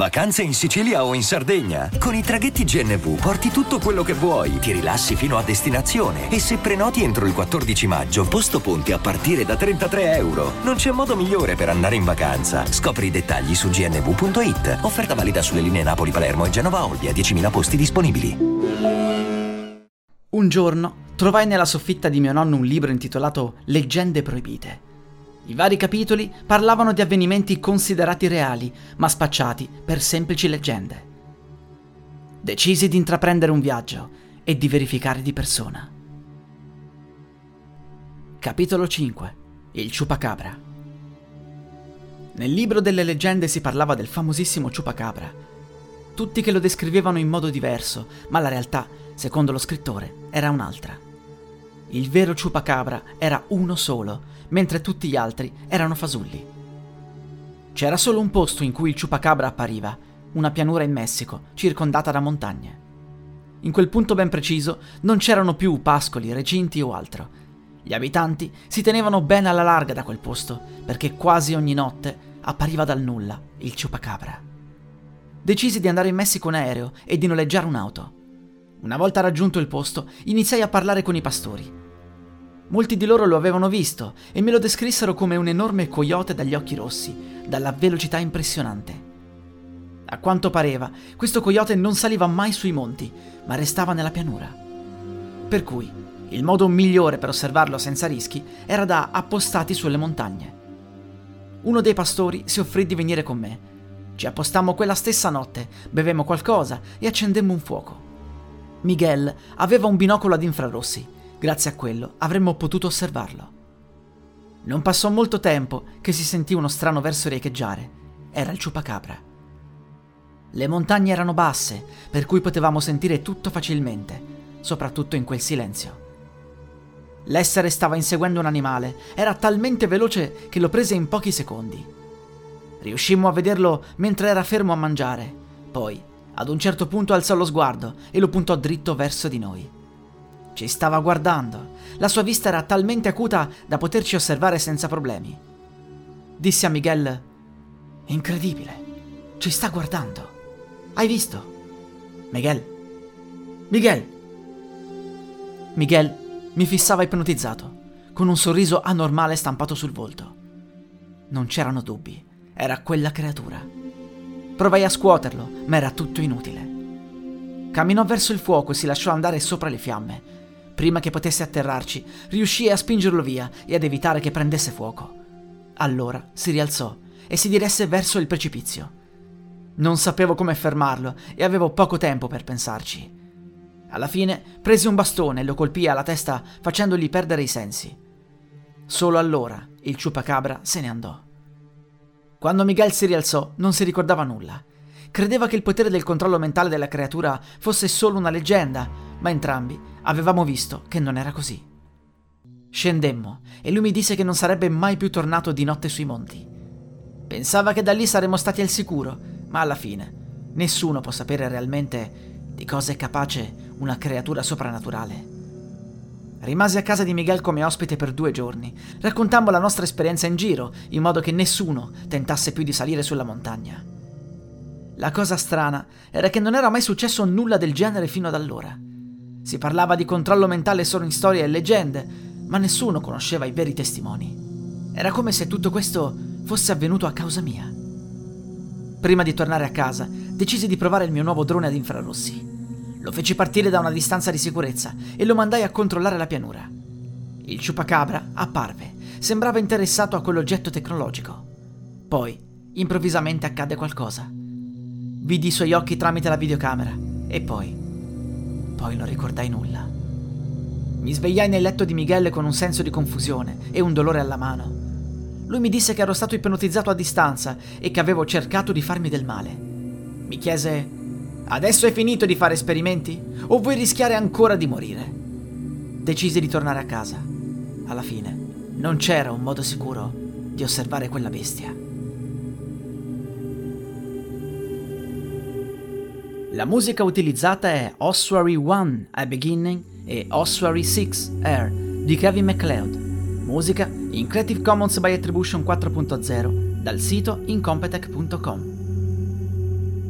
Vacanze in Sicilia o in Sardegna? Con i traghetti GNV porti tutto quello che vuoi, ti rilassi fino a destinazione e se prenoti entro il 14 maggio, posto ponti a partire da €33. Non c'è modo migliore per andare in vacanza. Scopri i dettagli su gnv.it. Offerta valida sulle linee Napoli-Palermo e Genova-Olbia, 10.000 posti disponibili. Un giorno trovai nella soffitta di mio nonno un libro intitolato Leggende proibite. I vari capitoli parlavano di avvenimenti considerati reali, ma spacciati per semplici leggende. Decisi di intraprendere un viaggio e di verificare di persona. Capitolo 5. Il Chupacabra. Nel libro delle leggende si parlava del famosissimo Chupacabra. Tutti che lo descrivevano in modo diverso, ma la realtà, secondo lo scrittore, era un'altra. Il vero Chupacabra era uno solo, mentre tutti gli altri erano fasulli. C'era solo un posto in cui il Chupacabra appariva, una pianura in Messico, circondata da montagne. In quel punto ben preciso non c'erano più pascoli, recinti o altro. Gli abitanti si tenevano ben alla larga da quel posto, perché quasi ogni notte appariva dal nulla il Chupacabra. Decisi di andare in Messico in aereo e di noleggiare un'auto. Una volta raggiunto il posto, iniziai a parlare con i pastori. Molti di loro lo avevano visto e me lo descrissero come un enorme coyote dagli occhi rossi, dalla velocità impressionante. A quanto pareva, questo coyote non saliva mai sui monti, ma restava nella pianura. Per cui, il modo migliore per osservarlo senza rischi era da appostati sulle montagne. Uno dei pastori si offrì di venire con me. Ci appostammo quella stessa notte, bevemmo qualcosa e accendemmo un fuoco. Miguel aveva un binocolo ad infrarossi. Grazie a quello avremmo potuto osservarlo. Non passò molto tempo che si sentì uno strano verso riecheggiare. Era il Chupacabra. Le montagne erano basse, per cui potevamo sentire tutto facilmente, soprattutto in quel silenzio. L'essere stava inseguendo un animale, era talmente veloce che lo prese in pochi secondi. Riuscimmo a vederlo mentre era fermo a mangiare, poi, ad un certo punto alzò lo sguardo e lo puntò dritto verso di noi. Ci stava guardando. La sua vista era talmente acuta da poterci osservare senza problemi. Dissi a Miguel: incredibile, ci sta guardando. Hai visto? Miguel? Miguel mi fissava ipnotizzato, con un sorriso anormale stampato sul volto. Non c'erano dubbi, era quella creatura. Provai a scuoterlo, ma era tutto inutile. Camminò verso il fuoco e si lasciò andare sopra le fiamme. Prima che potesse atterrarci, riuscii a spingerlo via e ad evitare che prendesse fuoco. Allora si rialzò e si diresse verso il precipizio. Non sapevo come fermarlo e avevo poco tempo per pensarci. Alla fine presi un bastone e lo colpii alla testa facendogli perdere i sensi. Solo allora il Chupacabra se ne andò. Quando Miguel si rialzò non si ricordava nulla. Credeva che il potere del controllo mentale della creatura fosse solo una leggenda, ma entrambi avevamo visto che non era così. Scendemmo e lui mi disse che non sarebbe mai più tornato di notte sui monti. Pensava che da lì saremmo stati al sicuro, ma alla fine nessuno può sapere realmente di cosa è capace una creatura soprannaturale. Rimasi a casa di Miguel come ospite per 2 giorni. Raccontammo la nostra esperienza in giro, in modo che nessuno tentasse più di salire sulla montagna. La cosa strana era che non era mai successo nulla del genere fino ad allora. Si parlava di controllo mentale solo in storie e leggende, ma nessuno conosceva i veri testimoni. Era come se tutto questo fosse avvenuto a causa mia. Prima di tornare a casa, decisi di provare il mio nuovo drone ad infrarossi. Lo feci partire da una distanza di sicurezza e lo mandai a controllare la pianura. Il Chupacabra apparve, sembrava interessato a quell'oggetto tecnologico. Poi, improvvisamente accadde qualcosa. Vidi i suoi occhi tramite la videocamera e poi non ricordai nulla. Mi svegliai nel letto di Miguel con un senso di confusione e un dolore alla mano. Lui mi disse che ero stato ipnotizzato a distanza e che avevo cercato di farmi del male. Mi chiese: adesso hai finito di fare esperimenti? O vuoi rischiare ancora di morire? Decisi di tornare a casa. Alla fine non c'era un modo sicuro di osservare quella bestia. La musica utilizzata è Ossuary 1 a Beginning e Ossuary 6 Air di Kevin MacLeod. Musica in Creative Commons by Attribution 4.0 dal sito incompetech.com.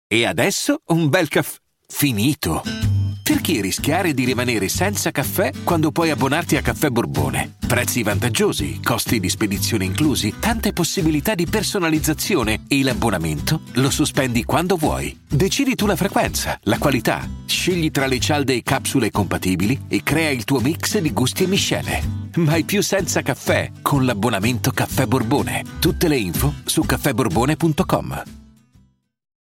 E adesso un bel caffè finito. Perché rischiare di rimanere senza caffè quando puoi abbonarti a Caffè Borbone? Prezzi vantaggiosi, costi di spedizione inclusi, tante possibilità di personalizzazione e l'abbonamento lo sospendi quando vuoi. Decidi tu la frequenza, la qualità, scegli tra le cialde e capsule compatibili e crea il tuo mix di gusti e miscele. Mai più senza caffè con l'abbonamento Caffè Borbone. Tutte le info su caffèborbone.com.